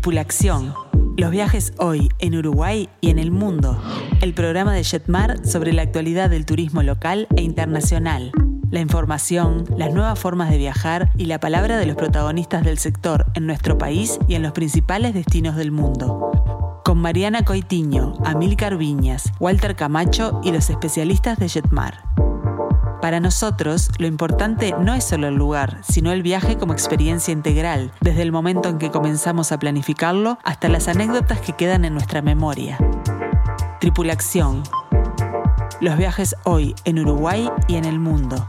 Tripulación. Los viajes hoy en Uruguay y en el mundo. El programa de Jetmar sobre la actualidad del turismo local e internacional. La información, las nuevas formas de viajar y la palabra de los protagonistas del sector en nuestro país y en los principales destinos del mundo. Con Mariana Coitiño, Amílcar Viñas, Walter Camacho y los especialistas de Jetmar. Para nosotros, lo importante no es solo el lugar, sino el viaje como experiencia integral, desde el momento en que comenzamos a planificarlo hasta las anécdotas que quedan en nuestra memoria. Tripulación. Los viajes hoy en Uruguay y en el mundo.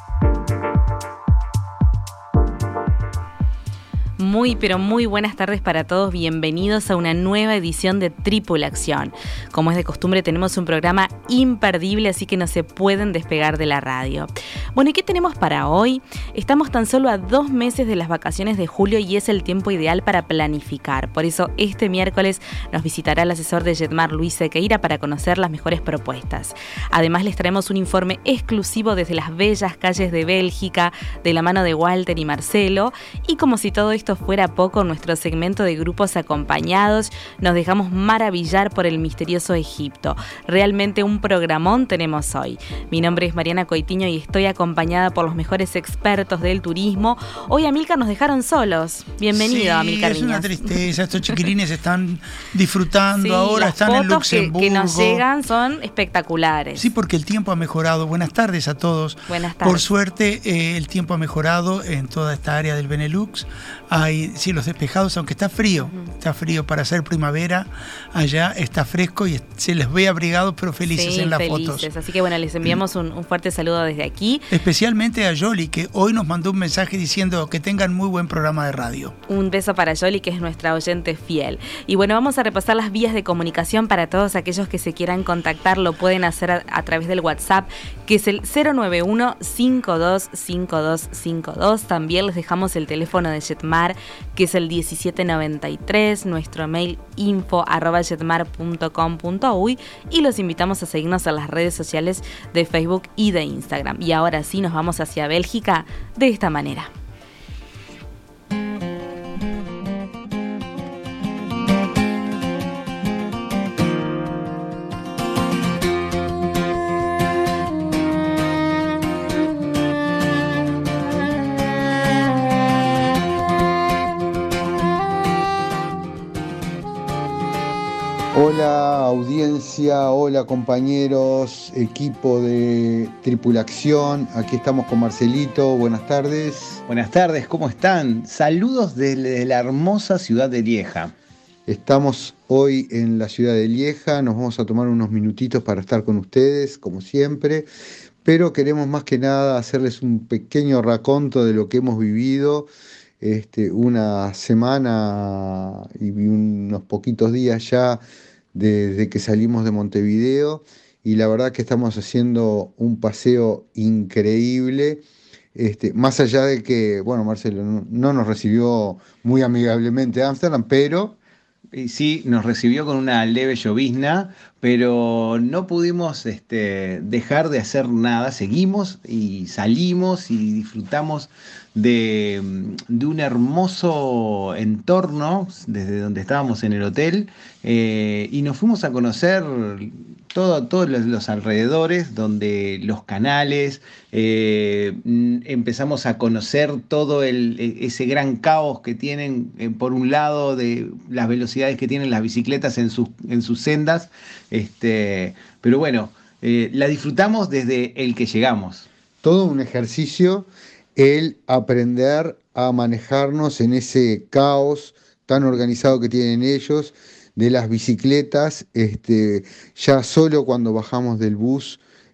Muy, pero muy buenas tardes para todos. Bienvenidos a una nueva edición de Tripulación. Como es de costumbre, tenemos un programa imperdible, así que no se pueden despegar de la radio. Bueno, ¿y qué tenemos para hoy? Estamos tan solo a 2 meses de las vacaciones de julio y es el tiempo ideal para planificar. Por eso, este miércoles nos visitará el asesor de Jetmar, Luis Sequeira, para conocer las mejores propuestas. Además, les traemos un informe exclusivo desde las bellas calles de Bélgica, de la mano de Walter y Marcelo. Y como si todo esto fuera poco, nuestro segmento de grupos acompañados, nos dejamos maravillar por el misterioso Egipto. Realmente un programón tenemos hoy. Mi nombre es Mariana Coitiño y estoy acompañada por los mejores expertos del turismo. Hoy Amílcar nos dejaron solos. Bienvenido, Amílcar. Es una tristeza, estos chiquilines están disfrutando ahora, están en Luxemburgo. Que nos llegan son espectaculares. Sí, porque el tiempo ha mejorado. Buenas tardes a todos. Buenas tardes. Por suerte, el tiempo ha mejorado en toda esta área del Benelux. Hay cielos despejados, aunque está frío. Está frío para hacer primavera. Allá está fresco y se les ve abrigados, pero felices en las fotos. Así que bueno, les enviamos un fuerte saludo desde aquí. Especialmente a Yoli, que hoy nos mandó un mensaje diciendo que tengan muy buen programa de radio. Un beso para Yoli, que es nuestra oyente fiel. Y bueno, vamos a repasar las vías de comunicación para todos aquellos que se quieran contactar. Lo pueden hacer a través del WhatsApp, que es el 091-525252. También les dejamos el teléfono de Jetmar, que es el 1793, nuestro mail info@jetmar.com.uy, y los invitamos a seguirnos en las redes sociales de Facebook y de Instagram. Y ahora sí nos vamos hacia Bélgica de esta manera. Hola audiencia, hola compañeros, equipo de Tripulación, aquí estamos con Marcelito, buenas tardes. Buenas tardes, ¿cómo están? Saludos desde la hermosa ciudad de Lieja. Estamos hoy en la ciudad de Lieja, nos vamos a tomar unos minutitos para estar con ustedes, como siempre, pero queremos más que nada hacerles un pequeño raconto de lo que hemos vivido. Una semana y unos poquitos días ya desde que salimos de Montevideo, y la verdad que estamos haciendo un paseo increíble, más allá de que, bueno, Marcelo no nos recibió muy amigablemente Ámsterdam, pero... Sí, nos recibió con una leve llovizna, pero no pudimos dejar de hacer nada. Seguimos y salimos y disfrutamos de un hermoso entorno desde donde estábamos en el hotel, y nos fuimos a conocer todos los alrededores, donde los canales, empezamos a conocer todo ese gran caos que tienen, por un lado, de las velocidades que tienen las bicicletas en sus sendas, pero bueno, la disfrutamos desde el que llegamos. Todo un ejercicio el aprender a manejarnos en ese caos tan organizado que tienen ellos, de las bicicletas. Ya solo cuando bajamos del bus,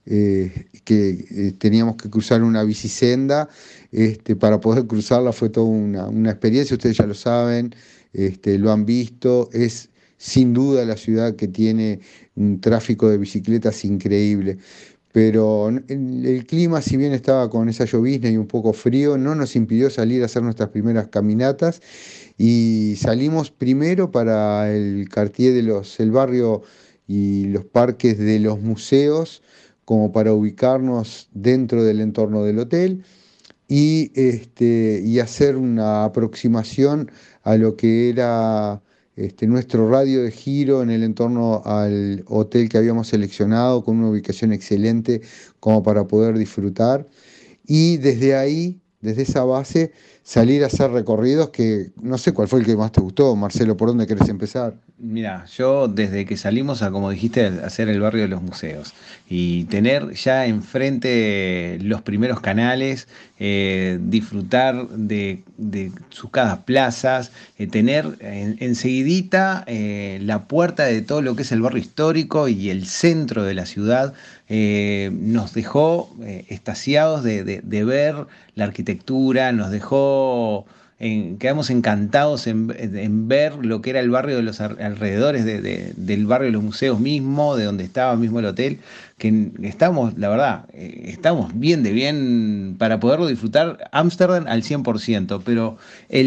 teníamos que cruzar una bicisenda, para poder cruzarla fue toda una experiencia. Ustedes ya lo saben, lo han visto, es sin duda la ciudad que tiene un tráfico de bicicletas increíble. Pero el clima, si bien estaba con esa llovizna y un poco frío, no nos impidió salir a hacer nuestras primeras caminatas, y salimos primero para el quartier el barrio y los parques de los museos, como para ubicarnos dentro del entorno del hotel, y hacer una aproximación a lo que era nuestro radio de giro en el entorno al hotel que habíamos seleccionado, con una ubicación excelente como para poder disfrutar. Y desde ahí, desde esa base, salir a hacer recorridos que no sé cuál fue el que más te gustó. Marcelo, ¿por dónde querés empezar? Mira, yo desde que salimos a, como dijiste, a hacer el barrio de los museos y tener ya enfrente los primeros canales, disfrutar de sus cada plazas, tener enseguidita la puerta de todo lo que es el barrio histórico y el centro de la ciudad, nos dejó extasiados de ver la arquitectura, nos dejó... quedamos encantados en ver lo que era el barrio de los alrededores del barrio de los museos mismo, de donde estaba mismo el hotel, que estamos, la verdad, estamos bien de bien para poderlo disfrutar Ámsterdam al 100%, pero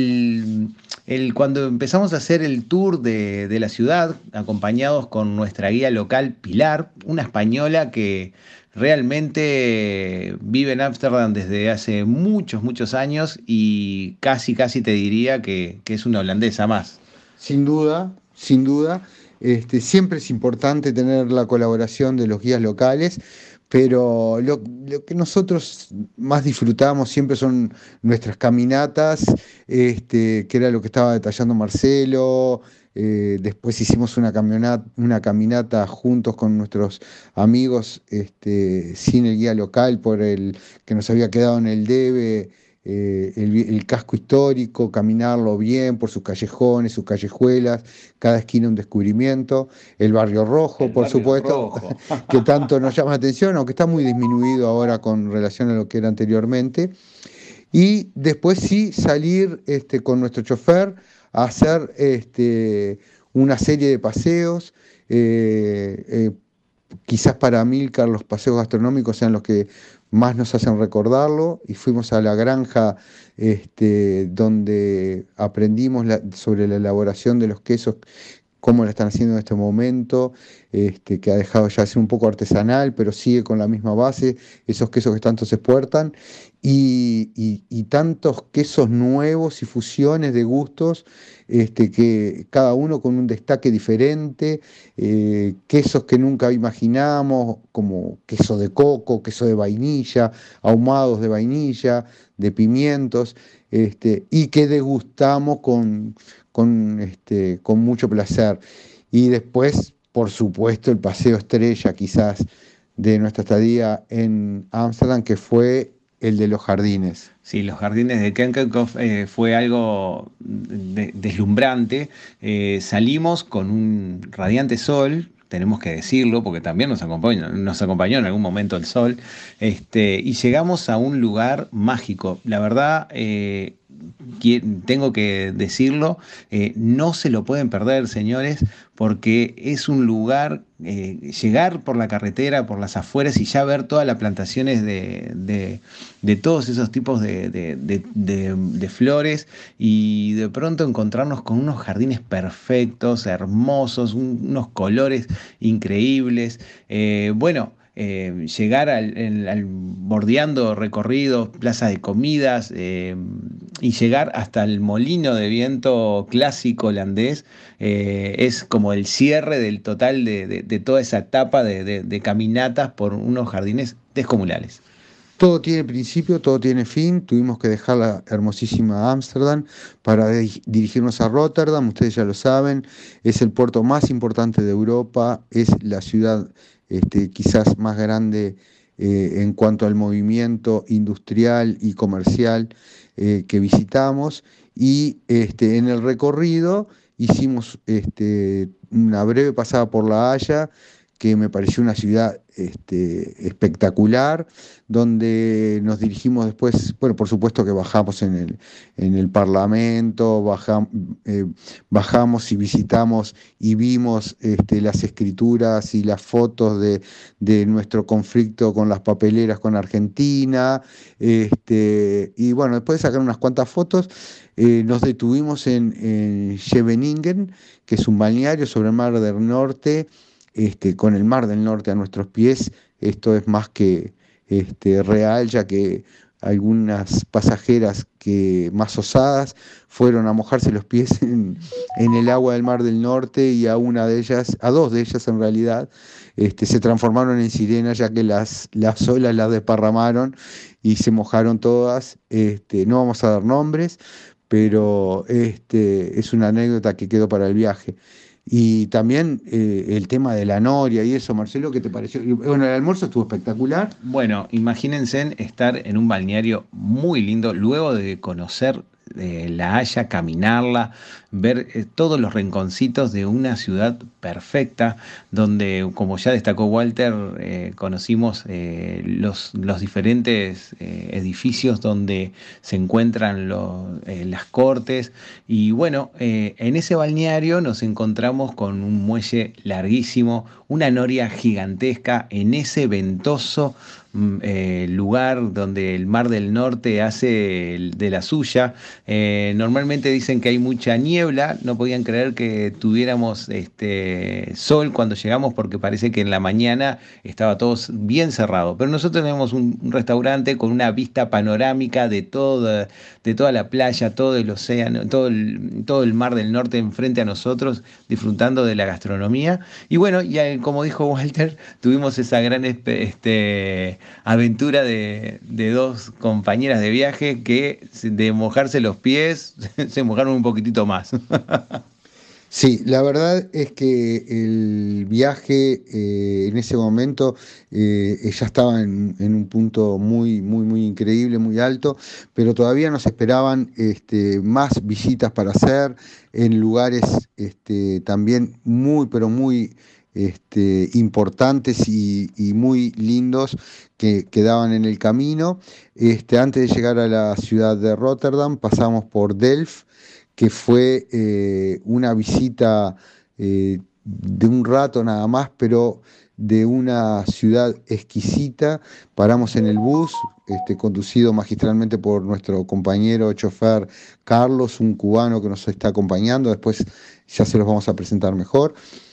cuando empezamos a hacer el tour de la ciudad, acompañados con nuestra guía local Pilar, una española que realmente vive en Ámsterdam desde hace muchos, muchos años y casi te diría que es una holandesa más. Sin duda, sin duda. Siempre es importante tener la colaboración de los guías locales, pero lo que nosotros más disfrutamos siempre son nuestras caminatas, que era lo que estaba detallando Marcelo. Después hicimos una caminata juntos con nuestros amigos, sin el guía local, por el que nos había quedado en el debe, el casco histórico, caminarlo bien por sus callejones, sus callejuelas, cada esquina un descubrimiento, el Barrio Rojo, por supuesto, que tanto nos llama la atención, aunque está muy disminuido ahora con relación a lo que era anteriormente. Y después sí salir con nuestro chofer a hacer una serie de paseos. Quizás para Amílcar los paseos gastronómicos sean los que más nos hacen recordarlo, y fuimos a la granja donde aprendimos sobre la elaboración de los quesos, cómo la están haciendo en este momento, que ha dejado ya de ser un poco artesanal, pero sigue con la misma base, esos quesos que tanto se exportan, y tantos quesos nuevos y fusiones de gustos, que cada uno con un destaque diferente, quesos que nunca imaginamos, como queso de coco, queso de vainilla, ahumados de vainilla, de pimientos, y que degustamos con mucho placer. Y después, por supuesto, el paseo estrella quizás de nuestra estadía en Ámsterdam, que fue el de los jardines. Sí, los jardines de Keukenhof fue algo deslumbrante. Salimos con un radiante sol, tenemos que decirlo, porque también nos acompañó en algún momento el sol, y llegamos a un lugar mágico. La verdad, tengo que decirlo, no se lo pueden perder, señores, porque es un lugar, llegar por la carretera, por las afueras y ya ver todas las plantaciones de todos esos tipos de flores, y de pronto encontrarnos con unos jardines perfectos, hermosos, unos colores increíbles. Llegar al bordeando recorridos, plaza de comidas, y llegar hasta el molino de viento clásico holandés, es como el cierre del total de toda esa etapa de caminatas por unos jardines descomunales. Todo tiene principio, todo tiene fin. Tuvimos que dejar la hermosísima Ámsterdam para dirigirnos a Rotterdam. Ustedes ya lo saben, es el puerto más importante de Europa, es la ciudad quizás más grande en cuanto al movimiento industrial y comercial que visitamos, y en el recorrido hicimos una breve pasada por La Haya, que me pareció una ciudad espectacular, donde nos dirigimos después, bueno, por supuesto que bajamos en el Parlamento, bajamos y visitamos y vimos las escrituras y las fotos de nuestro conflicto con las papeleras con Argentina, y bueno, después de sacar unas cuantas fotos, nos detuvimos en Scheveningen, que es un balneario sobre el Mar del Norte, con el Mar del Norte a nuestros pies. Esto es más que real, ya que algunas pasajeras que más osadas fueron a mojarse los pies en el agua del Mar del Norte, y a dos de ellas en realidad, se transformaron en sirenas, ya que las olas las desparramaron y se mojaron todas. No vamos a dar nombres, pero es una anécdota que quedó para el viaje. Y también el tema de la noria y eso, Marcelo, ¿qué te pareció? Bueno, el almuerzo estuvo espectacular. Bueno, imagínense estar en un balneario muy lindo, luego de conocer La Haya, caminarla, ver todos los rinconcitos de una ciudad perfecta, donde, como ya destacó Walter, conocimos los diferentes edificios donde se encuentran las cortes. Y bueno, en ese balneario nos encontramos con un muelle larguísimo, una noria gigantesca en ese ventoso lugar donde el Mar del Norte hace de la suya. Normalmente dicen que hay mucha niebla, no podían creer que tuviéramos sol cuando llegamos, porque parece que en la mañana estaba todo bien cerrado, pero nosotros tenemos un restaurante con una vista panorámica de toda la playa, todo el océano, todo el Mar del Norte enfrente a nosotros, disfrutando de la gastronomía. Y bueno, ya como dijo Walter, tuvimos esa gran aventura de dos compañeras de viaje que, de mojarse los pies, se mojaron un poquitito más. Sí, la verdad es que el viaje en ese momento ya estaba en un punto muy, muy, muy increíble, muy alto, pero todavía nos esperaban más visitas para hacer en lugares también muy, pero muy importantes y muy lindos que quedaban en el camino. Antes de llegar a la ciudad de Rotterdam, pasamos por Delft, que fue una visita de un rato nada más, pero de una ciudad exquisita. Paramos en el bus, conducido magistralmente por nuestro compañero chofer Carlos, un cubano que nos está acompañando. Después ya se los vamos a presentar mejor.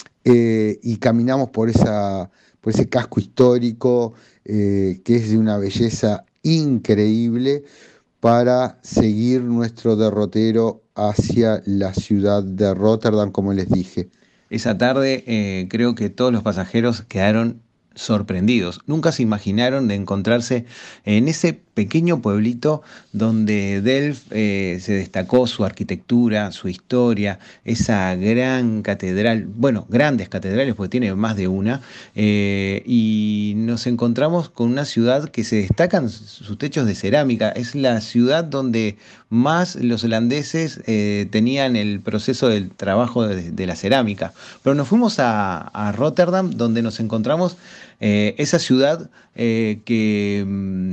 Y caminamos por ese casco histórico que es de una belleza increíble, para seguir nuestro derrotero hacia la ciudad de Rotterdam, como les dije. Esa tarde creo que todos los pasajeros quedaron sorprendidos. Nunca se imaginaron de encontrarse en ese pequeño pueblito donde Delft se destacó su arquitectura, su historia, esa gran catedral, bueno, grandes catedrales, porque tiene más de una, y nos encontramos con una ciudad que se destacan sus techos de cerámica. Es la ciudad donde más los holandeses tenían el proceso del trabajo de la cerámica. Pero nos fuimos a Rotterdam, donde nos encontramos esa ciudad que,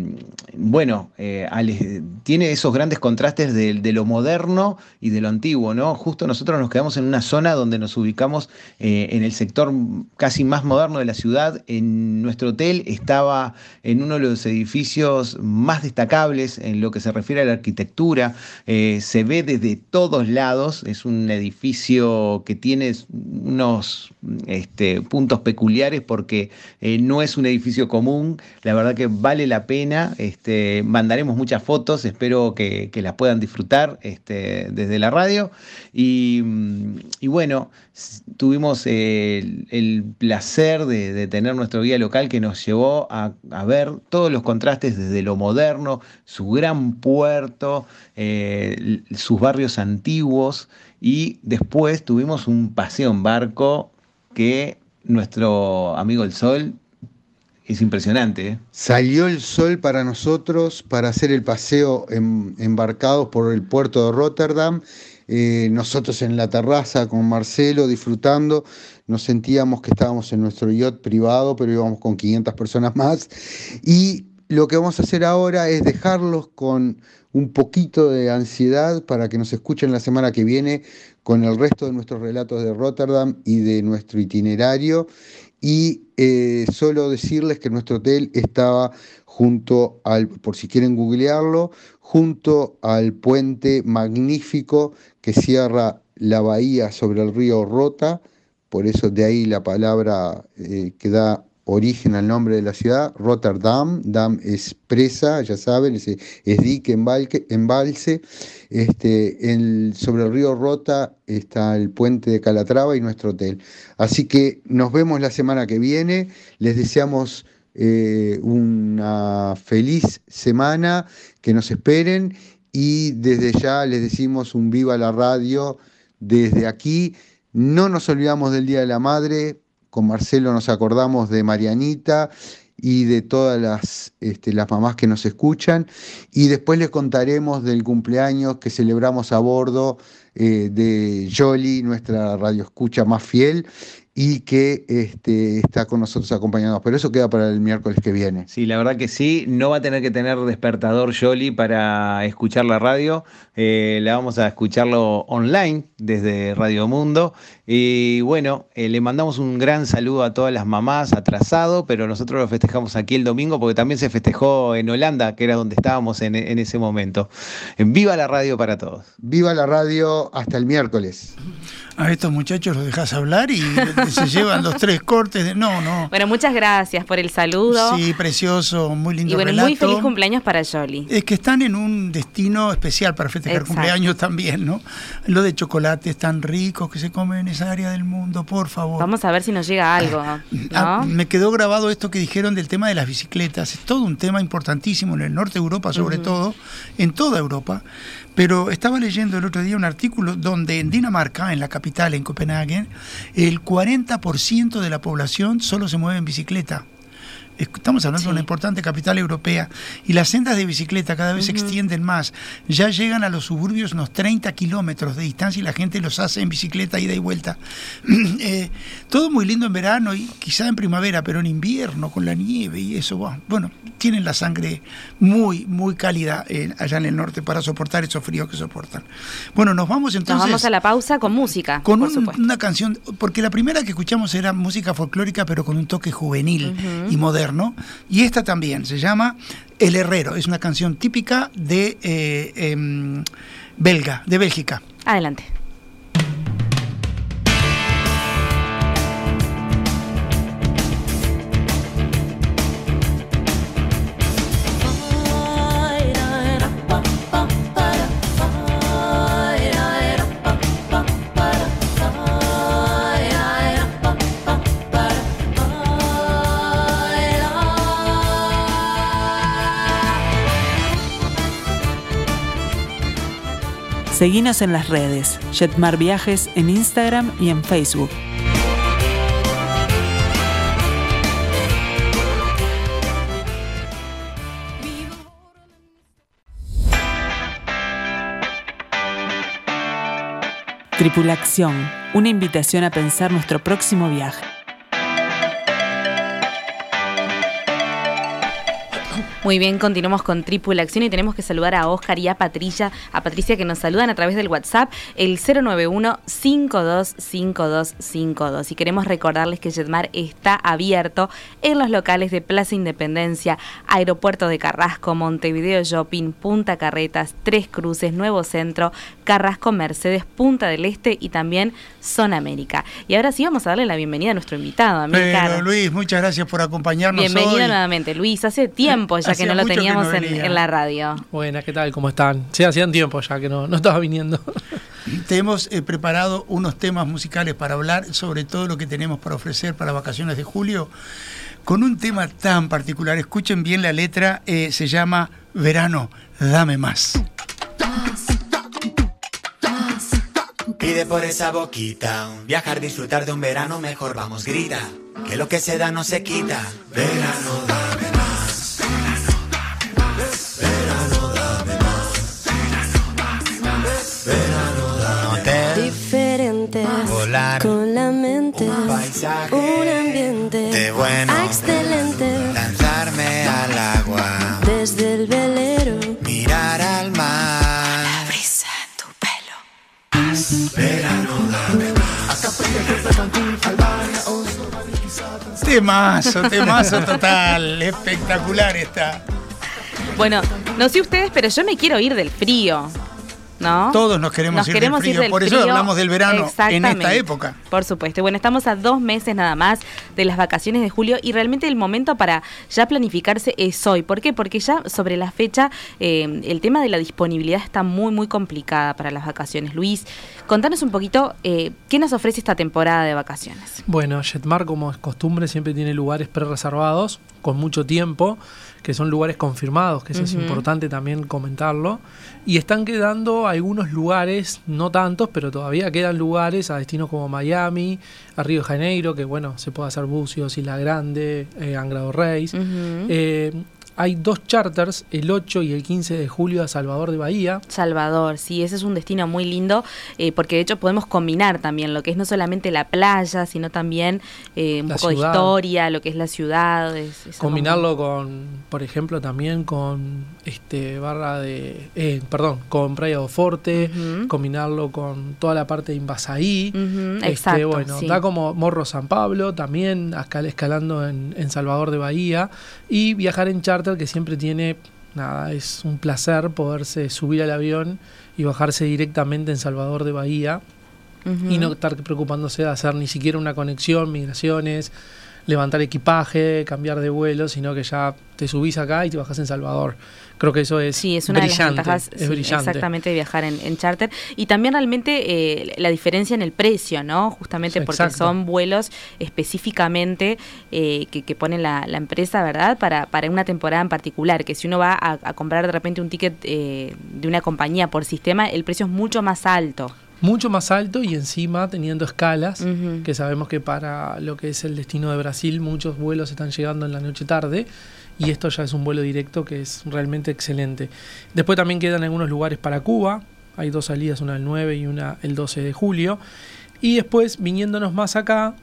bueno, tiene esos grandes contrastes de lo moderno y de lo antiguo, ¿no? Justo nosotros nos quedamos en una zona donde nos ubicamos en el sector casi más moderno de la ciudad. En nuestro hotel estaba en uno de los edificios más destacables en lo que se refiere a la arquitectura. Se ve desde todos lados. Es un edificio que tiene unos puntos peculiares, porque no es un edificio común. La verdad que vale la pena. Mandaremos muchas fotos, espero que las puedan disfrutar desde la radio. Y bueno, tuvimos el placer de tener nuestro guía local, que nos llevó a ver todos los contrastes desde lo moderno, su gran puerto, sus barrios antiguos, y después tuvimos un paseo en barco que nuestro amigo el Sol es impresionante, ¿eh? Salió el sol para nosotros para hacer el paseo embarcados por el puerto de Rotterdam. Nosotros en la terraza con Marcelo disfrutando, nos sentíamos que estábamos en nuestro yacht privado, pero íbamos con 500 personas más. Y lo que vamos a hacer ahora es dejarlos con un poquito de ansiedad para que nos escuchen la semana que viene con el resto de nuestros relatos de Rotterdam y de nuestro itinerario. Y solo decirles que nuestro hotel estaba junto por si quieren googlearlo, junto al puente magnífico que cierra la bahía sobre el río Rota. Por eso de ahí la palabra que da origen al nombre de la ciudad, Rotterdam. Dam es presa, ya saben, es dique, embalse. Sobre el río Rota está el puente de Calatrava y nuestro hotel. Así que nos vemos la semana que viene. Les deseamos una feliz semana, que nos esperen, y desde ya les decimos un viva la radio desde aquí. No nos olvidamos del Día de la Madre. Con Marcelo nos acordamos de Marianita y de todas las mamás que nos escuchan, y después les contaremos del cumpleaños que celebramos a bordo de Yoli, nuestra radioescucha más fiel, y que está con nosotros acompañándonos. Pero eso queda para el miércoles que viene. Sí, la verdad que sí. No va a tener que tener despertador Yoli para escuchar la radio. La vamos a escucharlo online desde Radio Mundo. Y bueno, le mandamos un gran saludo a todas las mamás, atrasado, pero nosotros lo festejamos aquí el domingo porque también se festejó en Holanda, que era donde estábamos en ese momento. ¡Viva la radio para todos! ¡Viva la radio! Hasta el miércoles. A estos muchachos los dejas hablar y se llevan los 3 cortes. No. Bueno, muchas gracias por el saludo. Sí, precioso, muy lindo. Y bueno, relato. muy feliz cumpleaños para Yoli. Es que están en un destino especial para festejar cumpleaños también, ¿no? Lo de chocolates tan ricos que se comen en esa área del mundo, por favor. Vamos a ver si nos llega algo, ¿no? Me quedó grabado esto que dijeron del tema de las bicicletas. Es todo un tema importantísimo en el norte de Europa, sobre todo, en toda Europa. Pero estaba leyendo el otro día un artículo donde en Dinamarca, en la capital, en Copenhague, el 40% de la población solo se mueve en bicicleta. Estamos hablando de una importante capital europea, y las sendas de bicicleta cada vez se extienden más. Ya llegan a los suburbios unos 30 kilómetros de distancia y la gente los hace en bicicleta ida y vuelta. Todo muy lindo en verano y quizá en primavera, pero en invierno con la nieve y eso, bueno, tienen la sangre muy, muy cálida allá en el norte para soportar esos fríos que soportan. Bueno, nos vamos entonces. Nos vamos a la pausa con música, con una canción, porque la primera que escuchamos era música folclórica, pero con un toque juvenil y moderno. Y esta también se llama El Herrero, es una canción típica de Bélgica. Adelante. Seguinos en las redes, Jetmar Viajes en Instagram y en Facebook. Tripulación, una invitación a pensar nuestro próximo viaje. Muy bien, continuamos con Tripulación y tenemos que saludar a Oscar y a Patricia que nos saludan a través del WhatsApp, el 091-525252. Y queremos recordarles que Jetmar está abierto en los locales de Plaza Independencia, Aeropuerto de Carrasco, Montevideo Shopping, Punta Carretas, Tres Cruces, Nuevo Centro, Carrasco, Mercedes, Punta del Este y también Zona América. Y ahora sí vamos a darle la bienvenida a nuestro invitado, Amílcar. Pero Luis, muchas gracias por acompañarnos. Bienvenido hoy. Nuevamente, Luis. Hace tiempo ya que no lo teníamos en la radio. Buenas, ¿qué tal? ¿Cómo están? Sí, hacían tiempo ya que no estaba viniendo. Te hemos preparado unos temas musicales para hablar sobre todo lo que tenemos para ofrecer para vacaciones de julio, con un tema tan particular. Escuchen bien la letra, se llama Verano, dame más. Pide por esa boquita, viajar, disfrutar de un verano mejor, vamos, grita, que lo que se da no se quita. Verano, dame más. Diferente, volar, con la mente, un paisaje, un ambiente de bueno, excelente, lanzarme al agua, desde el velero, mirar al mar, la brisa en tu pelo. Verano, dame más. Temazo total, espectacular está. Bueno, no sé ustedes, pero yo me quiero ir del frío. ¿no? Todos nos queremos ir del frío, por eso hablamos del verano en esta época. Por supuesto. Bueno, estamos a 2 meses nada más de las vacaciones de julio y realmente el momento para ya planificarse es hoy. ¿Por qué? Porque ya sobre la fecha el tema de la disponibilidad está muy, muy complicada para las vacaciones. Luis, contanos un poquito qué nos ofrece esta temporada de vacaciones. Bueno, Jetmar, como es costumbre, siempre tiene lugares pre-reservados con mucho tiempo, que son lugares confirmados, que eso es importante también comentarlo, y están quedando algunos lugares, no tantos, pero todavía quedan lugares a destinos como Miami, a Río de Janeiro, que bueno, se puede hacer Bucios, Isla Grande, Angra dos Reis. Hay 2 charters, el 8 y el 15 de julio a Salvador de Bahía. Salvador, sí, ese es un destino muy lindo, porque de hecho podemos combinar también lo que es no solamente la playa, sino también un poco de historia, lo que es la ciudad. Combinarlo con, por ejemplo, también con con Praia do Forte, combinarlo con toda la parte de Invasaí. Exacto, bueno, sí. Da como Morro San Pablo, también escalando en Salvador de Bahía, y viajar en charter, que siempre tiene, es un placer poderse subir al avión y bajarse directamente en Salvador de Bahía y no estar preocupándose de hacer ni siquiera una conexión, migraciones, levantar equipaje, cambiar de vuelo, sino que ya te subís acá y te bajás en Salvador. Creo que eso es una brillante, de las ventajas, es brillante. Exactamente, de viajar en charter. Y también realmente la diferencia en el precio, ¿no? Justamente porque son vuelos específicamente que pone la empresa, ¿verdad? Para una temporada en particular, que si uno va a comprar de repente un ticket de una compañía por sistema, el precio es mucho más alto. Mucho más alto y encima teniendo escalas, que sabemos que para lo que es el destino de Brasil muchos vuelos están llegando en la noche tarde y esto ya es un vuelo directo que es realmente excelente. Después también quedan algunos lugares para Cuba, hay 2 salidas, una el 9 y una el 12 de julio. Y después, viniéndonos más acá,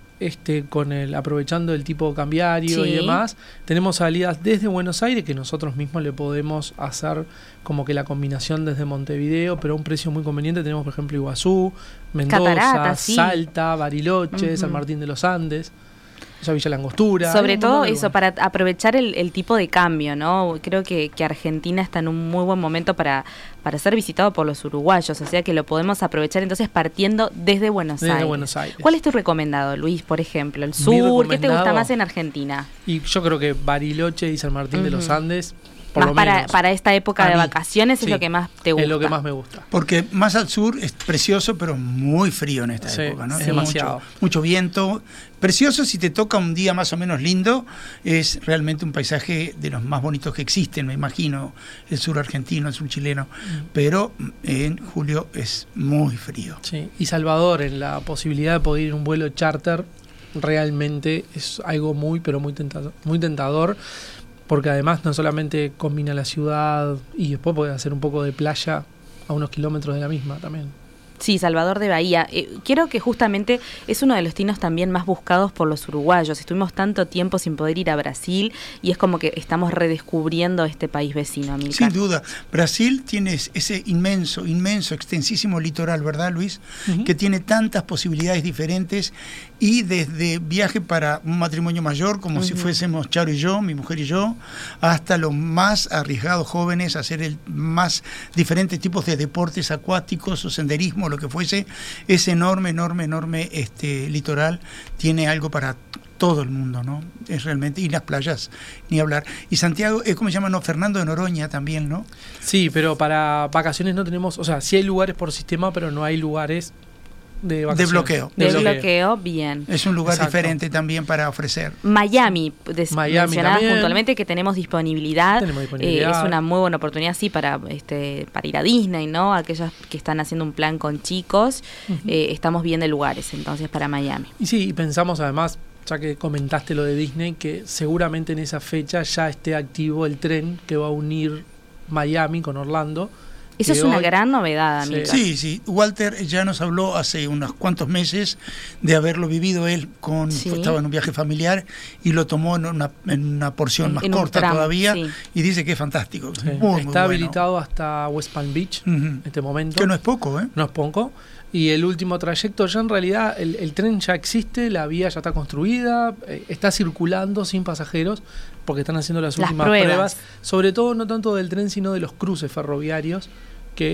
aprovechando el tipo cambiario y demás, tenemos salidas desde Buenos Aires, que nosotros mismos le podemos hacer como que la combinación desde Montevideo, pero a un precio muy conveniente. Tenemos, por ejemplo, Iguazú, Mendoza, Catarata, Salta, Bariloche, San Martín de los Andes, Villa Langostura. Sobre todo eso, para aprovechar el tipo de cambio, ¿no? Creo que Argentina está en un muy buen momento para ser visitado por los uruguayos, o sea que lo podemos aprovechar entonces partiendo desde Buenos Aires. ¿Cuál es tu recomendado, Luis, por ejemplo? ¿El sur? ¿Qué te gusta más en Argentina? Y yo creo que Bariloche y San Martín de los Andes, por más lo menos, para esta época de vacaciones, es lo que más te gusta. Es lo que más me gusta. Porque más al sur es precioso, pero muy frío en esta época, ¿no? Es demasiado. Mucho viento. Precioso si te toca un día más o menos lindo, es realmente un paisaje de los más bonitos que existen, me imagino, el sur argentino, el sur chileno, pero en julio es muy frío. Sí. Y Salvador, en la posibilidad de poder ir en un vuelo charter, realmente es algo muy, pero muy tentador. Porque además no solamente combina la ciudad y después puede hacer un poco de playa a unos kilómetros de la misma también. Sí, Salvador de Bahía. Creo que justamente es uno de los destinos también más buscados por los uruguayos. Estuvimos tanto tiempo sin poder ir a Brasil y es como que estamos redescubriendo este país vecino, Amilcar. Sin duda. Brasil tiene ese inmenso, extensísimo litoral, ¿verdad, Luis? Que tiene tantas posibilidades diferentes y desde viaje para un matrimonio mayor, como si fuésemos Charo y yo, mi mujer y yo, hasta los más arriesgados jóvenes a hacer el más diferentes tipos de deportes acuáticos o senderismo, lo que fuese. Es enorme litoral, tiene algo para todo el mundo, ¿no? Es realmente, y las playas, ni hablar. Y Santiago, ¿cómo se llama? No, Fernando de Noroña también, ¿no? Sí, pero para vacaciones no tenemos, o sea, sí hay lugares por sistema, pero no hay lugares de bloqueo. De bloqueo, bien. Es un lugar diferente también para ofrecer. Miami mencionabas también. Puntualmente que tenemos disponibilidad. Es una muy buena oportunidad, sí, para ir a Disney, ¿no? Aquellos que están haciendo un plan con chicos, estamos bien de lugares, entonces, para Miami. Y sí, pensamos además, ya que comentaste lo de Disney, que seguramente en esa fecha ya esté activo el tren que va a unir Miami con Orlando. Eso es una gran novedad, amigo. Sí. Walter ya nos habló hace unos cuantos meses de haberlo vivido él estaba en un viaje familiar y lo tomó en una porción más corta todavía y dice que es fantástico. Sí. Está habilitado hasta West Palm Beach en este momento. Que no es poco, ¿eh? No es poco. Y el último trayecto ya en realidad, el tren ya existe, la vía ya está construida, está circulando sin pasajeros porque están haciendo las últimas pruebas. Sobre todo no tanto del tren sino de los cruces ferroviarios que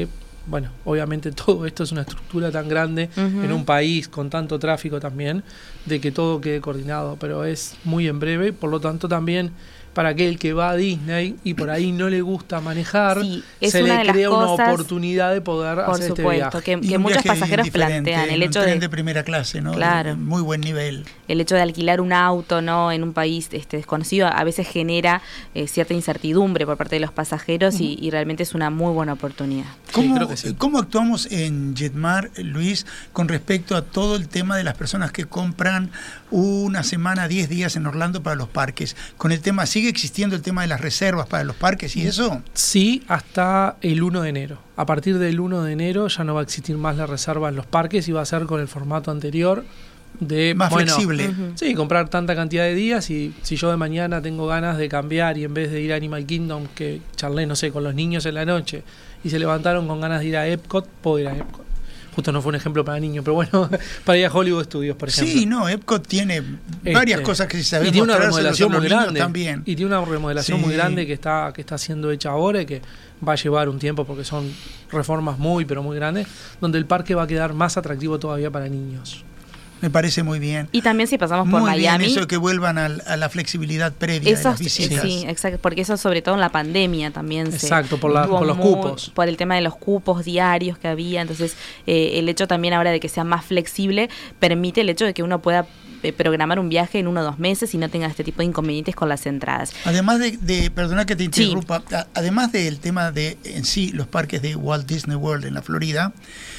bueno, obviamente todo esto es una estructura tan grande en un país con tanto tráfico también, de que todo quede coordinado, pero es muy en breve, por lo tanto también para aquel que va a Disney y por ahí no le gusta manejar, se le crea una oportunidad de poder hacer este viaje. Por supuesto, que muchos pasajeros plantean el hecho de primera clase, ¿no? Claro. De muy buen nivel. El hecho de alquilar un auto, ¿no?, en un país desconocido a veces genera cierta incertidumbre por parte de los pasajeros y realmente es una muy buena oportunidad. ¿Cómo actuamos en Jetmar, Luis, con respecto a todo el tema de las personas que compran una semana, 10 días en Orlando para los parques? Con el tema, ¿sigue existiendo el tema de las reservas para los parques y eso? Sí, hasta el 1 de enero. A partir del 1 de enero ya no va a existir más la reserva en los parques y va a ser con el formato anterior de más flexible. Sí, comprar tanta cantidad de días y si yo de mañana tengo ganas de cambiar y en vez de ir a Animal Kingdom, que charlé, no sé, con los niños en la noche y se levantaron con ganas de ir a Epcot, puedo ir a Epcot. Justo no fue un ejemplo para niños, pero bueno, para ir a Hollywood Studios, por ejemplo. Sí, no, Epcot tiene varias cosas que se saben. Y tiene una remodelación muy grande. También. Y tiene una remodelación muy grande que está siendo hecha ahora y que va a llevar un tiempo porque son reformas pero muy grandes, donde el parque va a quedar más atractivo todavía para niños. Me parece muy bien. Y también si pasamos por Miami. Bien eso de que vuelvan a la flexibilidad previa de las visitas. Sí, exacto, porque eso sobre todo en la pandemia también por los cupos. Por el tema de los cupos diarios que había, entonces el hecho también ahora de que sea más flexible permite el hecho de que uno pueda programar un viaje en 1 o 2 meses y no tenga este tipo de inconvenientes con las entradas. Además perdona que te interrumpa, además del tema de en sí los parques de Walt Disney World en la Florida,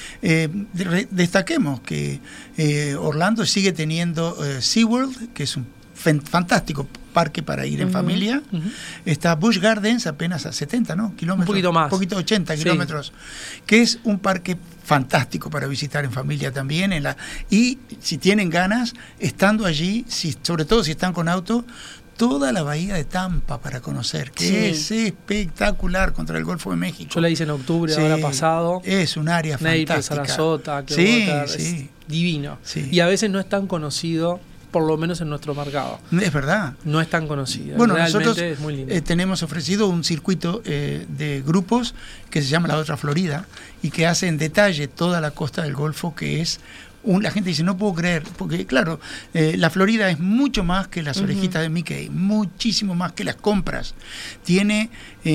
destaquemos que Orlando sigue teniendo SeaWorld, que es un fantástico parque para ir en familia. Está Busch Gardens, apenas a 70 kilómetros. Un poquito más. Un poquito 80 kilómetros, que es un parque fantástico para visitar en familia también. Y si tienen ganas, estando allí, sobre todo si están con auto, toda la bahía de Tampa para conocer, que es espectacular, contra el Golfo de México. Yo la hice en octubre, ahora pasado. Es un área fantástica. Sarasota, es divino. Sí. Y a veces no es tan conocido, por lo menos en nuestro mercado. Es verdad. No es tan conocido. Bueno, realmente nosotros es muy lindo. Tenemos ofrecido un circuito de grupos que se llama La Otra Florida y que hace en detalle toda la costa del Golfo, que es... La gente dice, no puedo creer, porque claro, la Florida es mucho más que las orejitas de Mickey, muchísimo más que las compras. Tiene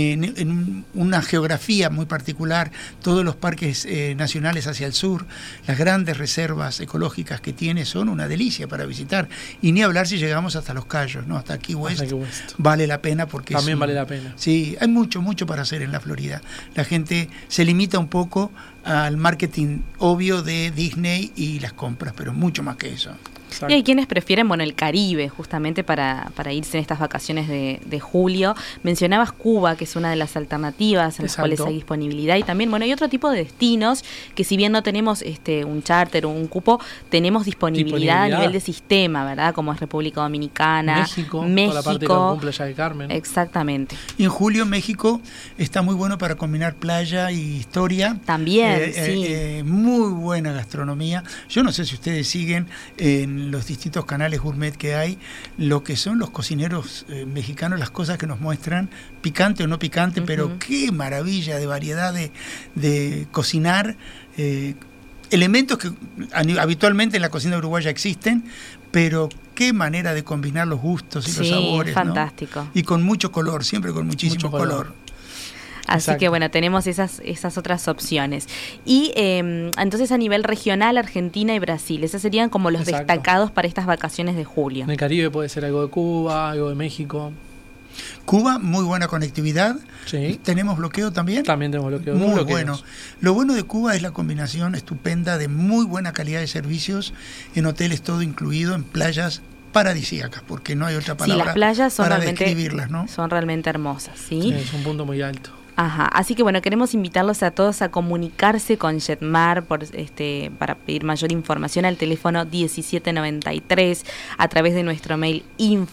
una geografía muy particular, todos los parques nacionales hacia el sur, las grandes reservas ecológicas que tiene son una delicia para visitar. Y ni hablar si llegamos hasta Los Cayos, ¿no? Hasta Key West. Vale la pena porque también vale la pena. Sí, hay mucho para hacer en la Florida. La gente se limita un poco al marketing obvio de Disney y las compras, pero mucho más que eso. Exacto. Y hay quienes prefieren, el Caribe, justamente para irse en estas vacaciones de julio. Mencionabas Cuba, que es una de las alternativas en las cuales hay disponibilidad. Y también, hay otro tipo de destinos que si bien no tenemos un charter o un cupo, tenemos disponibilidad a nivel de sistema, ¿verdad? Como es República Dominicana, México. Toda la parte de Cancún, Playa del Carmen. Exactamente. Y en julio México está muy bueno para combinar playa y historia. También, sí. Muy buena gastronomía. Yo no sé si ustedes siguen en los distintos canales gourmet que hay, lo que son los cocineros mexicanos, las cosas que nos muestran, picante o no picante, pero qué maravilla de variedad de cocinar, elementos que habitualmente en la cocina uruguaya existen, pero qué manera de combinar los gustos y los sabores, fantástico. ¿no? Y con mucho color, siempre con muchísimo color. Así que tenemos esas otras opciones. Y entonces a nivel regional, Argentina y Brasil, esos serían como los destacados para estas vacaciones de julio. En el Caribe puede ser algo de Cuba, algo de México. Cuba, muy buena conectividad. Sí. ¿Tenemos bloqueo también? También tenemos bloqueo. Muy bueno. Lo bueno de Cuba es la combinación estupenda de muy buena calidad de servicios, en hoteles todo incluido, en playas paradisíacas, porque no hay otra palabra las playas son para describirlas, ¿no? Son realmente hermosas, ¿sí? Es un punto muy alto. Ajá, así que queremos invitarlos a todos a comunicarse con Jetmar para pedir mayor información al teléfono 1793 a través de nuestro mail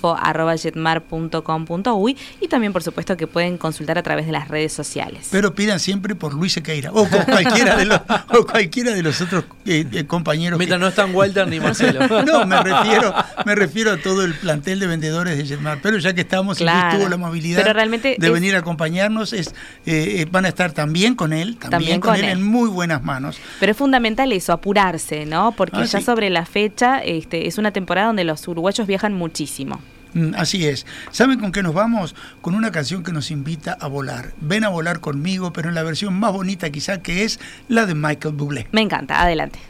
info@jetmar.com.uy y también por supuesto que pueden consultar a través de las redes sociales. Pero pidan siempre por Luis Sequeira o con cualquiera de los otros compañeros. Mientras no están Walter ni Marcelo. No, me refiero a todo el plantel de vendedores de Jetmar, pero ya que estamos, Luis tuvo la amabilidad de venir a acompañarnos, van a estar también con él, también con él en muy buenas manos. Pero es fundamental eso, apurarse, ¿no? Porque ya sí. sobre la fecha es una temporada donde los uruguayos viajan muchísimo. Así es. ¿Saben con qué nos vamos? Con una canción que nos invita a volar. Ven a volar conmigo, pero en la versión más bonita quizá, que es la de Michael Bublé. Me encanta, adelante.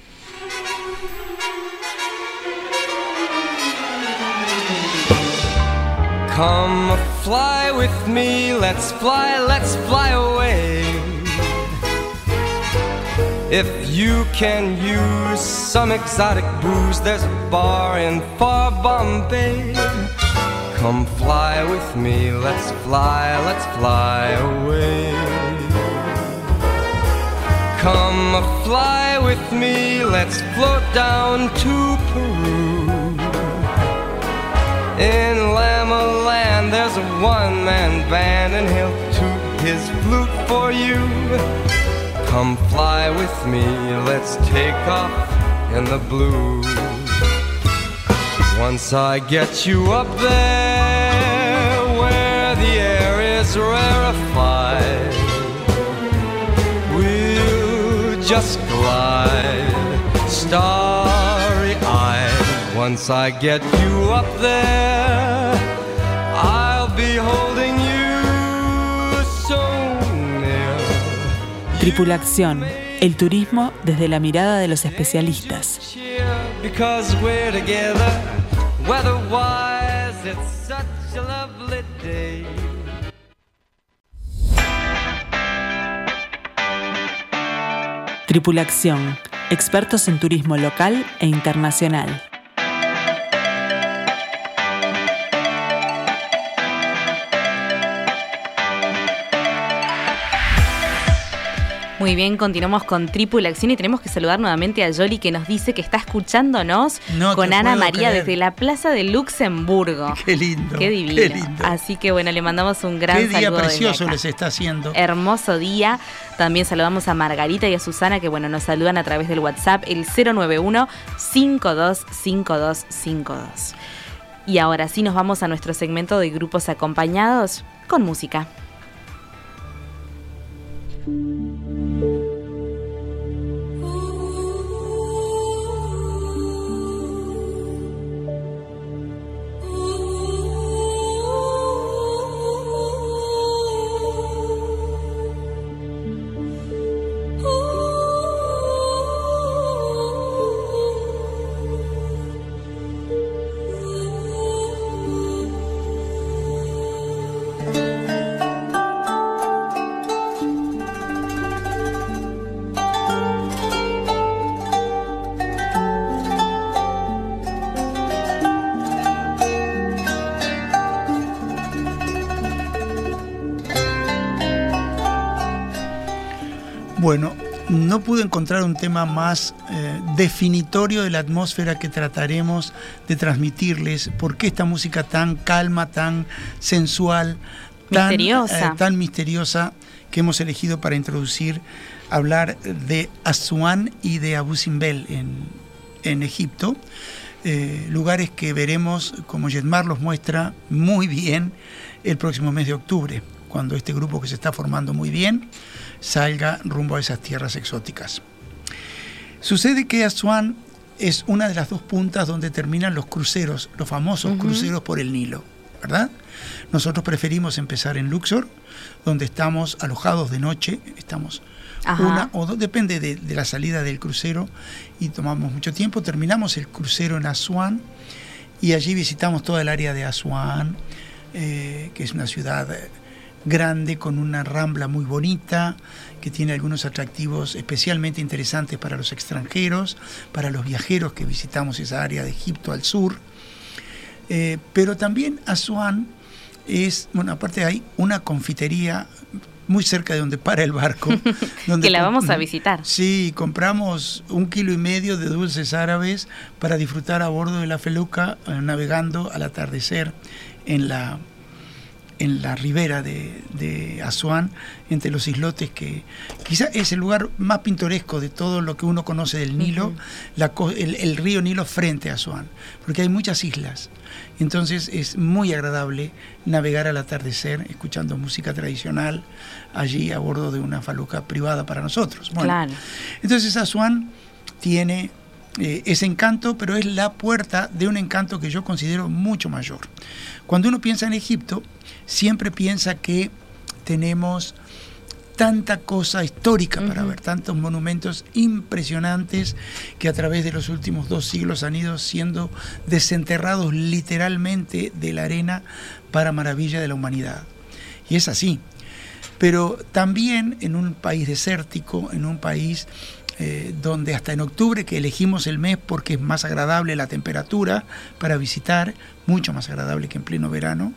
Come fly with me, let's fly away. If you can use some exotic booze, there's a bar in far Bombay. Come fly with me, let's fly away. Come fly with me, let's float down to Peru. In Lama Land there's a one-man band and he'll toot his flute for you. Come fly with me, let's take off in the blue. Once I get you up there where the air is rarefied, we'll just glide starry-eyed. Once I get you up there, I'll be holding you so near. Tripulación, el turismo desde la mirada de los especialistas. Because we're together, weather-wise, it's such a lovely day. Tripulación, expertos en turismo local e internacional. Muy bien, continuamos con Tripulación y tenemos que saludar nuevamente a Yoli, que nos dice que está escuchándonos con Ana María desde la Plaza de Luxemburgo. Qué lindo. Qué divino. Qué lindo. Así que bueno, le mandamos un gran saludo. Qué día precioso les está haciendo. Hermoso día. También saludamos a Margarita y a Susana, que bueno, nos saludan a través del WhatsApp, el 091-525252. Y ahora sí nos vamos a nuestro segmento de grupos acompañados con música. Bueno, no pude encontrar un tema más definitorio de la atmósfera que trataremos de transmitirles. ¿Por qué esta música tan calma, tan sensual, tan misteriosa que hemos elegido para introducir, hablar de Asuán y de Abu Simbel en Egipto? Lugares que veremos, como Jetmar los muestra muy bien, el próximo mes de octubre, cuando este grupo que se está formando muy bien salga rumbo a esas tierras exóticas. Sucede que Asuán es una de las dos puntas donde terminan los cruceros, los famosos cruceros por el Nilo, ¿verdad? Nosotros preferimos empezar en Luxor, donde estamos alojados de noche, estamos una o dos, depende de la salida del crucero, y tomamos mucho tiempo. Terminamos el crucero en Asuán y allí visitamos toda el área de Asuán, que es una ciudad grande con una rambla muy bonita, que tiene algunos atractivos especialmente interesantes para los extranjeros, para los viajeros que visitamos esa área de Egipto al sur. Pero también Asuán es, bueno, aparte hay una confitería muy cerca de donde para el barco. Donde que la vamos a visitar. Sí, compramos 1,5 kilos de dulces árabes para disfrutar a bordo de la feluca, navegando al atardecer en en la ribera de Asuán, entre los islotes, que quizá es el lugar más pintoresco de todo lo que uno conoce del Nilo, el río Nilo frente a Asuán, porque hay muchas islas. Entonces es muy agradable navegar al atardecer escuchando música tradicional allí a bordo de una faluca privada para nosotros. Bueno, claro. Entonces Asuán tiene ese encanto, pero es la puerta de un encanto que yo considero mucho mayor. Cuando uno piensa en Egipto, siempre piensa que tenemos tanta cosa histórica para ver, tantos monumentos impresionantes que a través de los últimos 2 siglos han ido siendo desenterrados literalmente de la arena para maravilla de la humanidad. Y es así. Pero también en un país desértico, en un país donde hasta en octubre, que elegimos el mes porque es más agradable la temperatura para visitar, mucho más agradable que en pleno verano,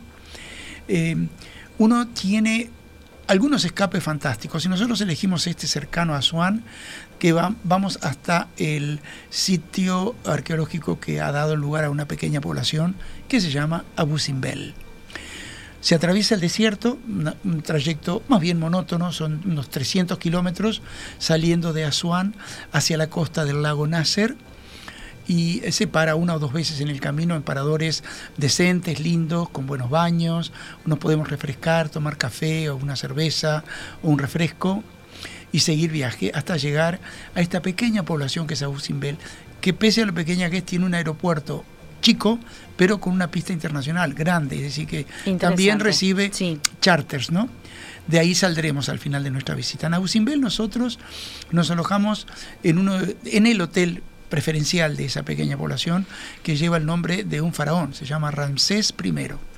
uno tiene algunos escapes fantásticos, y nosotros elegimos este cercano a Asuán, que vamos hasta el sitio arqueológico que ha dado lugar a una pequeña población que se llama Abu Simbel. Se atraviesa el desierto, un trayecto más bien monótono, son unos 300 kilómetros saliendo de Asuán hacia la costa del lago Nasser, y se para 1 o 2 veces en el camino en paradores decentes, lindos, con buenos baños. Nos podemos refrescar, tomar café o una cerveza o un refresco y seguir viaje hasta llegar a esta pequeña población que es Abu Simbel, que pese a lo pequeña que es, tiene un aeropuerto chico, pero con una pista internacional grande, es decir, que también recibe charters, ¿no? De ahí saldremos al final de nuestra visita. En Abu Simbel nosotros nos alojamos en el hotel preferencial de esa pequeña población, que lleva el nombre de un faraón, se llama Ramsés I.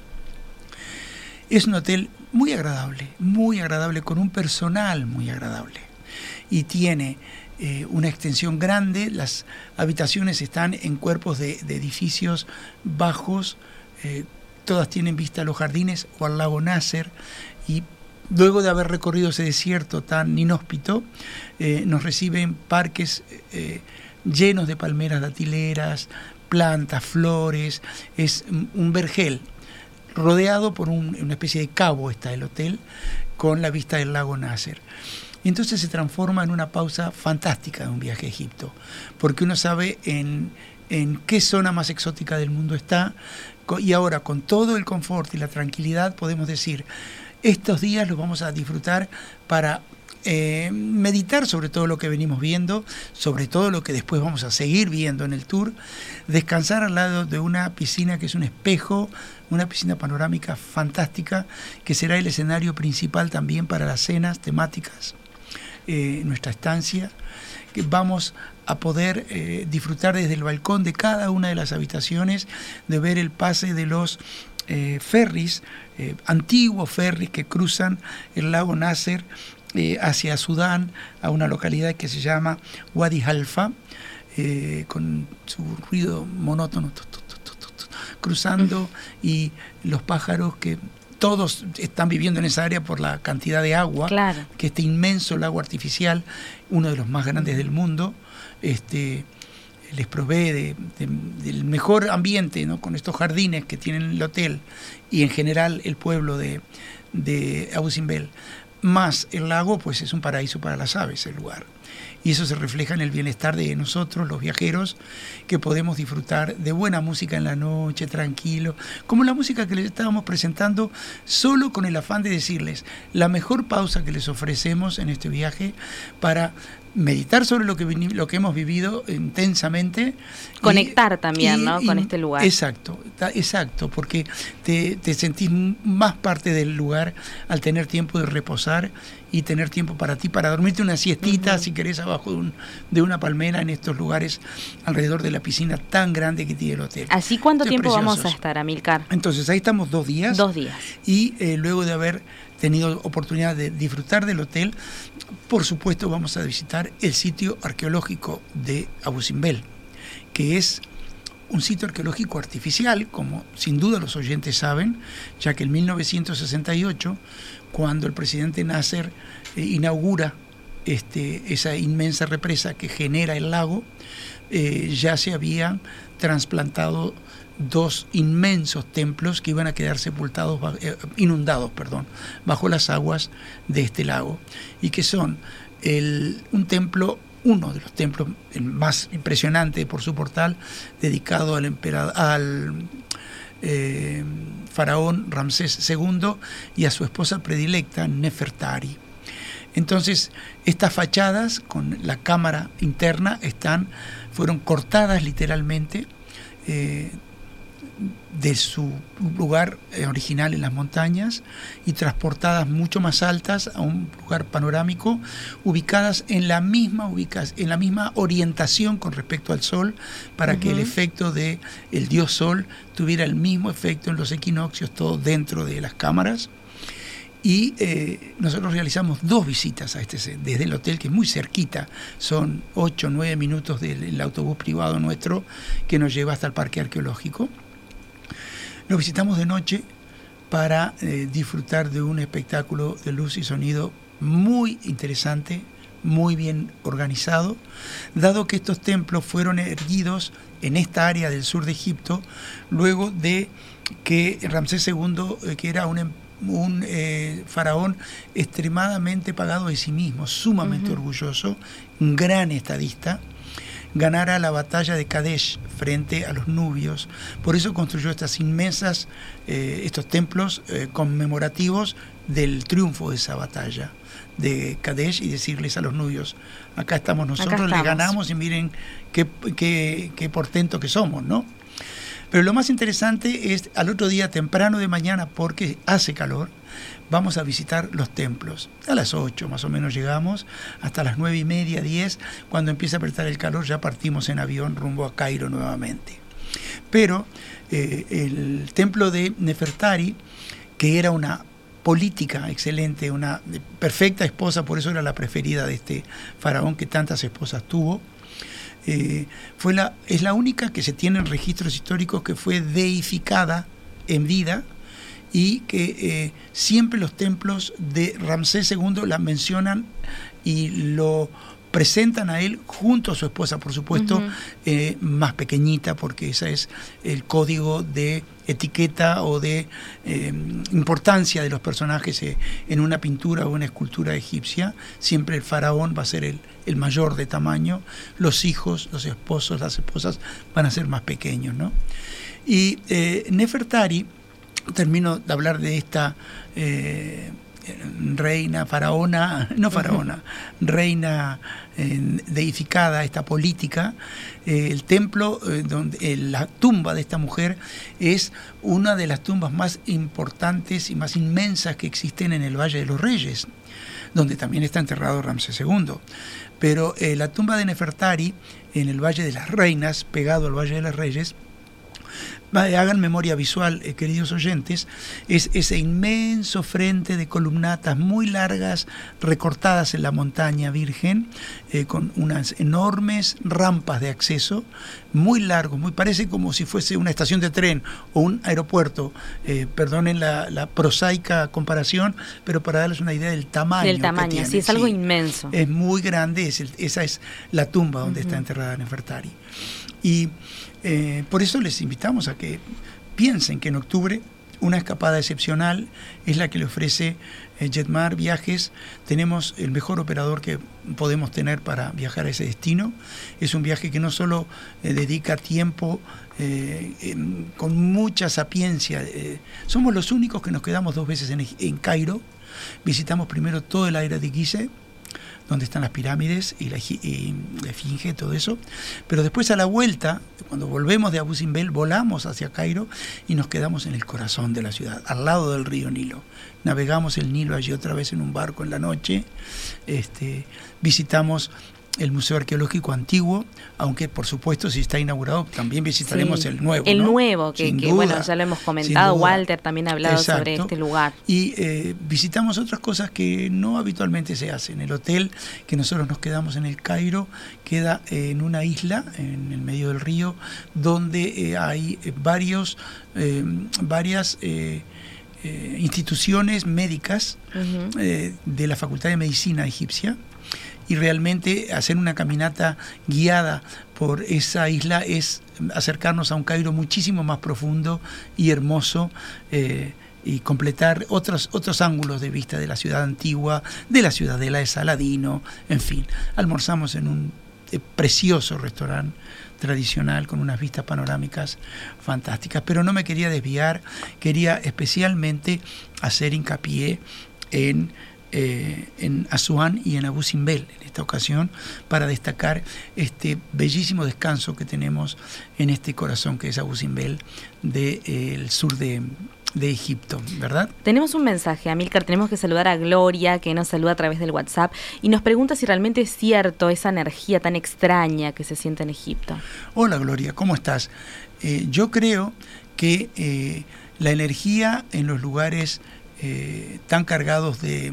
Es un hotel muy agradable, con un personal muy agradable, y tiene una extensión grande. Las habitaciones están en cuerpos de edificios bajos, todas tienen vista a los jardines o al lago Nasser, y luego de haber recorrido ese desierto tan inhóspito, nos reciben parques llenos de palmeras datileras, plantas, flores. Es un vergel rodeado por una especie de cabo, está el hotel, con la vista del lago Nasser. Y entonces se transforma en una pausa fantástica de un viaje a Egipto, porque uno sabe en qué zona más exótica del mundo está, y ahora con todo el confort y la tranquilidad podemos decir, estos días los vamos a disfrutar para meditar sobre todo lo que venimos viendo, sobre todo lo que después vamos a seguir viendo en el tour, descansar al lado de una piscina que es un espejo, una piscina panorámica fantástica, que será el escenario principal también para las cenas temáticas, nuestra estancia, que vamos a poder disfrutar desde el balcón de cada una de las habitaciones, de ver el pase de los ferries, antiguos ferries que cruzan el lago Nasser hacia Sudán, a una localidad que se llama Wadi Halfa, con su ruido monótono, cruzando, y los pájaros que todos están viviendo en esa área por la cantidad de agua, claro, que este inmenso lago artificial, uno de los más grandes del mundo, les provee del mejor ambiente, ¿no? Con estos jardines que tienen el hotel y en general el pueblo de Abu Simbel, más el lago, pues es un paraíso para las aves el lugar. Y eso se refleja en el bienestar de nosotros, los viajeros, que podemos disfrutar de buena música en la noche, tranquilo, como la música que les estábamos presentando, solo con el afán de decirles la mejor pausa que les ofrecemos en este viaje para meditar sobre lo que hemos vivido intensamente. Conectar también, ¿no? Con este lugar. Exacto, porque te sentís más parte del lugar al tener tiempo de reposar y tener tiempo para ti, para dormirte una siestita, si querés, abajo de una palmera en estos lugares alrededor de la piscina tan grande que tiene el hotel. ¿Así cuánto tiempo vamos a estar, Amílcar? Entonces ahí estamos 2 días. 2 días. Y luego de haber tenido oportunidad de disfrutar del hotel, por supuesto vamos a visitar el sitio arqueológico de Abu Simbel, que es un sitio arqueológico artificial, como sin duda los oyentes saben, ya que en 1968, cuando el presidente Nasser inaugura esa inmensa represa que genera el lago, ya se habían trasplantado 2 inmensos templos que iban a quedar inundados bajo las aguas de este lago, y que son uno de los templos más impresionantes por su portal, dedicado al faraón Ramsés II y a su esposa predilecta Nefertari. Entonces, estas fachadas con la cámara interna fueron cortadas literalmente de su lugar original en las montañas y transportadas mucho más altas a un lugar panorámico, ubicadas en la misma orientación con respecto al sol, para que el efecto del dios sol tuviera el mismo efecto en los equinoccios, todo dentro de las cámaras. Y nosotros realizamos 2 visitas a desde el hotel, que es muy cerquita, son 8 o 9 minutos del autobús privado nuestro que nos lleva hasta el parque arqueológico. Lo visitamos de noche para disfrutar de un espectáculo de luz y sonido muy interesante, muy bien organizado, dado que estos templos fueron erguidos en esta área del sur de Egipto, luego de que Ramsés II, que era un faraón extremadamente pagado de sí mismo, sumamente orgulloso, un gran estadista, ganara la batalla de Kadesh frente a los nubios. Por eso construyó estos templos conmemorativos del triunfo de esa batalla de Kadesh, y decirles a los nubios: acá estamos nosotros, le ganamos, y miren qué portento que somos, ¿no? Pero lo más interesante es al otro día, temprano de mañana, porque hace calor, vamos a visitar los templos. A las 8 más o menos llegamos, hasta las 9:30, 10, cuando empieza a apretar el calor, ya partimos en avión rumbo a Cairo nuevamente. Pero el templo de Nefertari, que era una política excelente, una perfecta esposa, por eso era la preferida de este faraón que tantas esposas tuvo, es la única que se tiene en registros históricos que fue deificada en vida, y que siempre los templos de Ramsés II la mencionan y lo presentan a él junto a su esposa, por supuesto, más pequeñita, porque ese es el código de etiqueta o de importancia de los personajes en una pintura o una escultura egipcia. Siempre el faraón va a ser el mayor de tamaño, los hijos, los esposos, las esposas van a ser más pequeños, ¿no? Y Nefertari, termino de hablar de esta reina, reina deificada, esta política. El templo, la tumba de esta mujer es una de las tumbas más importantes y más inmensas que existen en el Valle de los Reyes, donde también está enterrado Ramsés II. Pero la tumba de Nefertari, en el Valle de las Reinas, pegado al Valle de los Reyes, hagan memoria visual, queridos oyentes, es ese inmenso frente de columnatas muy largas, recortadas en la montaña virgen, con unas enormes rampas de acceso, muy largos, parece como si fuese una estación de tren o un aeropuerto. Perdonen la prosaica comparación, pero para darles una idea del tamaño. Del tamaño, que tiene. Sí, es algo inmenso. Es muy grande, esa es la tumba donde está enterrada Nefertari. Y por eso les invitamos a que piensen que en octubre una escapada excepcional es la que le ofrece Jetmar Viajes. Tenemos el mejor operador que podemos tener para viajar a ese destino. Es un viaje que no solo dedica tiempo con mucha sapiencia. Somos los únicos que nos quedamos 2 veces en Cairo. Visitamos primero todo el área de Gizeh, donde están las pirámides y la esfinge, todo eso. Pero después, a la vuelta, cuando volvemos de Abu Simbel, volamos hacia Cairo y nos quedamos en el corazón de la ciudad, al lado del río Nilo. Navegamos el Nilo allí otra vez en un barco en la noche. Visitamos el Museo Arqueológico Antiguo, aunque por supuesto si está inaugurado también visitaremos el nuevo. El ¿no? nuevo, que bueno, ya lo hemos comentado, Walter también ha hablado sobre este lugar. Y visitamos otras cosas que no habitualmente se hacen. El hotel que nosotros nos quedamos en el Cairo queda en una isla, en el medio del río, donde hay varias instituciones médicas de la Facultad de Medicina egipcia, realmente hacer una caminata guiada por esa isla es acercarnos a un Cairo muchísimo más profundo y hermoso, y completar otros ángulos de vista de la ciudad antigua, de la ciudadela de Saladino, en fin. Almorzamos en un precioso restaurante tradicional con unas vistas panorámicas fantásticas, pero no me quería desviar, quería especialmente hacer hincapié en Asuán y en Abu Simbel en esta ocasión, para destacar este bellísimo descanso que tenemos en este corazón que es Abu Simbel del sur de Egipto, ¿verdad? Tenemos un mensaje, Amílcar, tenemos que saludar a Gloria, que nos saluda a través del WhatsApp, y nos pregunta si realmente es cierto esa energía tan extraña que se siente en Egipto. Hola Gloria, ¿cómo estás? Yo creo que la energía en los lugares tan cargados de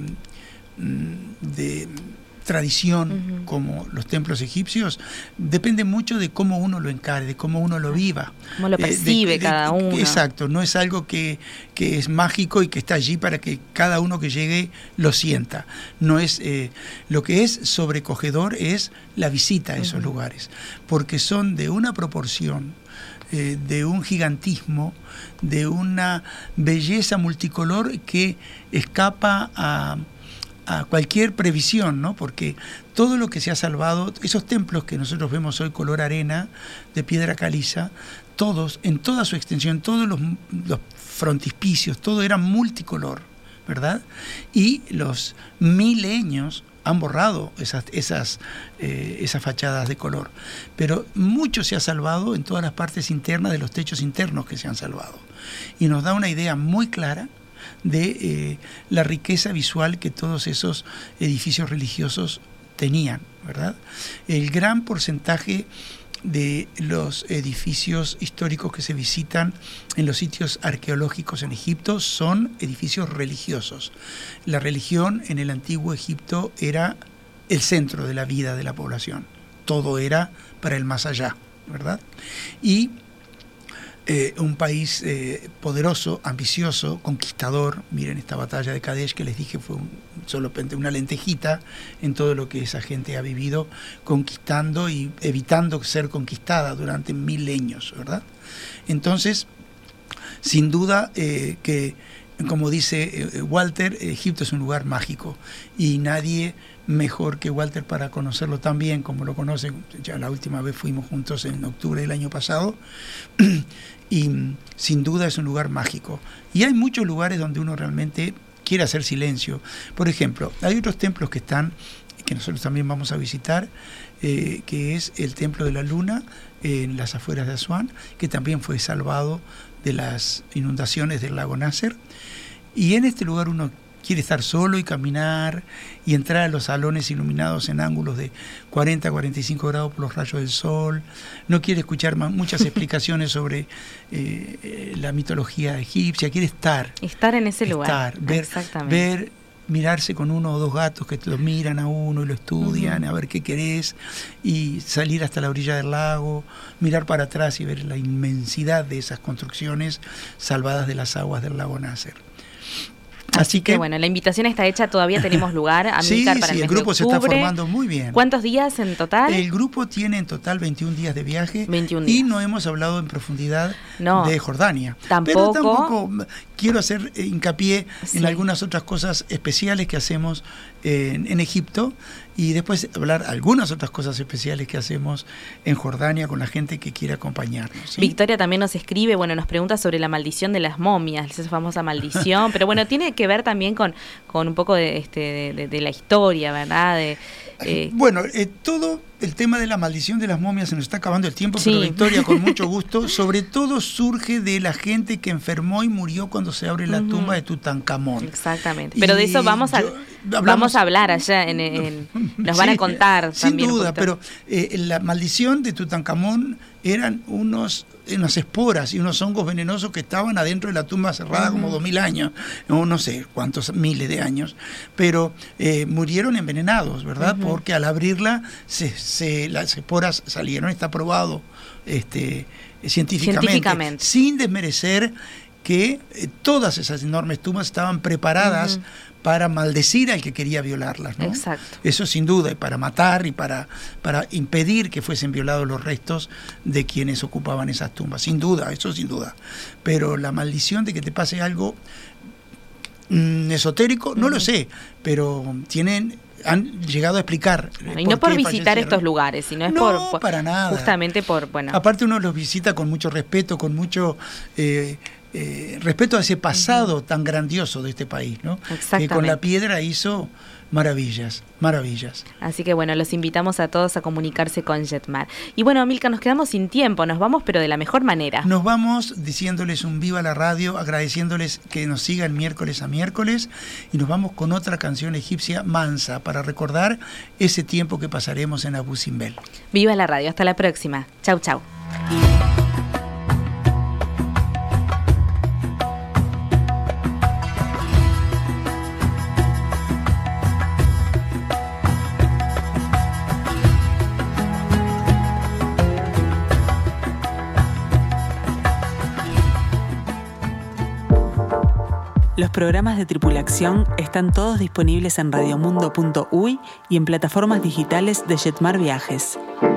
tradición como los templos egipcios depende mucho de cómo uno lo encare, de cómo uno lo viva, cómo lo percibe cada uno. Exacto, no es algo que es mágico y que está allí para que cada uno que llegue lo sienta. No es lo que es sobrecogedor es la visita a esos lugares, porque son de una proporción, de un gigantismo, de una belleza multicolor que escapa a cualquier previsión, ¿no? Porque todo lo que se ha salvado, esos templos que nosotros vemos hoy color arena, de piedra caliza, todos, en toda su extensión, todos los frontispicios, todo era multicolor, ¿verdad? Y los milenios han borrado esas fachadas de color, pero mucho se ha salvado en todas las partes internas de los techos internos que se han salvado, y nos da una idea muy clara de la riqueza visual que todos esos edificios religiosos tenían, ¿verdad? El gran porcentaje de los edificios históricos que se visitan en los sitios arqueológicos en Egipto son edificios religiosos. La religión en el antiguo Egipto era el centro de la vida de la población. Todo era para el más allá, ¿verdad? Y un país poderoso, ambicioso, conquistador. Miren esta batalla de Kadesh que les dije fue solamente una lentejita en todo lo que esa gente ha vivido conquistando y evitando ser conquistada durante milenios, ¿verdad? Entonces, sin duda que, como dice Walter, Egipto es un lugar mágico y nadie mejor que Walter para conocerlo tan bien como lo conocen. Ya la última vez fuimos juntos en octubre del año pasado y sin duda es un lugar mágico. Y hay muchos lugares donde uno realmente quiere hacer silencio. Por ejemplo, hay otros templos que nosotros también vamos a visitar, que es el Templo de la Luna en las afueras de Asuán, que también fue salvado de las inundaciones del lago Nasser. Y en este lugar uno quiere estar solo y caminar y entrar a los salones iluminados en ángulos de 40 a 45 grados por los rayos del sol. No quiere escuchar muchas explicaciones sobre la mitología egipcia, quiere estar en ese lugar, ver, mirarse con uno o dos gatos que lo miran a uno y lo estudian, a ver qué querés, y salir hasta la orilla del lago, mirar para atrás y ver la inmensidad de esas construcciones salvadas de las aguas del lago Nasser. Así que bueno, la invitación está hecha, todavía tenemos lugar, Amílcar, para el mes el grupo se está formando muy bien. ¿Cuántos días en total? El grupo tiene en total 21 días de viaje 21 días. Y no hemos hablado en profundidad de Jordania. Tampoco. Pero tampoco quiero hacer hincapié en algunas otras cosas especiales que hacemos en Egipto y después hablar algunas otras cosas especiales que hacemos en Jordania con la gente que quiere acompañarnos, ¿sí? Victoria también nos escribe, nos pregunta sobre la maldición de las momias, esa famosa maldición, pero bueno, tiene que ver también con un poco de la historia, ¿verdad? Todo el tema de la maldición de las momias se nos está acabando el tiempo, pero Victoria, con mucho gusto, sobre todo surge de la gente que enfermó y murió cuando se abre la tumba de Tutankamón. Exactamente, pero de eso vamos a hablar allá, nos van a contar sin también. Sin duda, pero la maldición de Tutankamón eran unas esporas y unos hongos venenosos que estaban adentro de la tumba cerrada como 2000 años, o no sé cuántos miles de años, pero murieron envenenados, ¿verdad? Porque al abrirla las esporas salieron, está probado científicamente, sin desmerecer que todas esas enormes tumbas estaban preparadas para maldecir al que quería violarlas, ¿no? Exacto. Eso sin duda, y para matar y para impedir que fuesen violados los restos de quienes ocupaban esas tumbas. Sin duda, eso sin duda. Pero la maldición de que te pase algo esotérico, no lo sé, pero han llegado a explicar. Y no por visitar estos lugares, sino es por para nada. Justamente por, bueno. Aparte uno los visita con mucho respeto, con mucho respeto a ese pasado tan grandioso de este país, ¿no? Que con la piedra hizo maravillas. Así que bueno, los invitamos a todos a comunicarse con Jetmar. Y bueno, Milka, nos quedamos sin tiempo, nos vamos pero de la mejor manera. Nos vamos diciéndoles un viva la radio, agradeciéndoles que nos sigan miércoles a miércoles, y nos vamos con otra canción egipcia, Mansa, para recordar ese tiempo que pasaremos en Abu Simbel. Viva la radio, hasta la próxima. Chau, chau. Los programas de Tripulación están todos disponibles en radiomundo.uy y en plataformas digitales de Jetmar Viajes.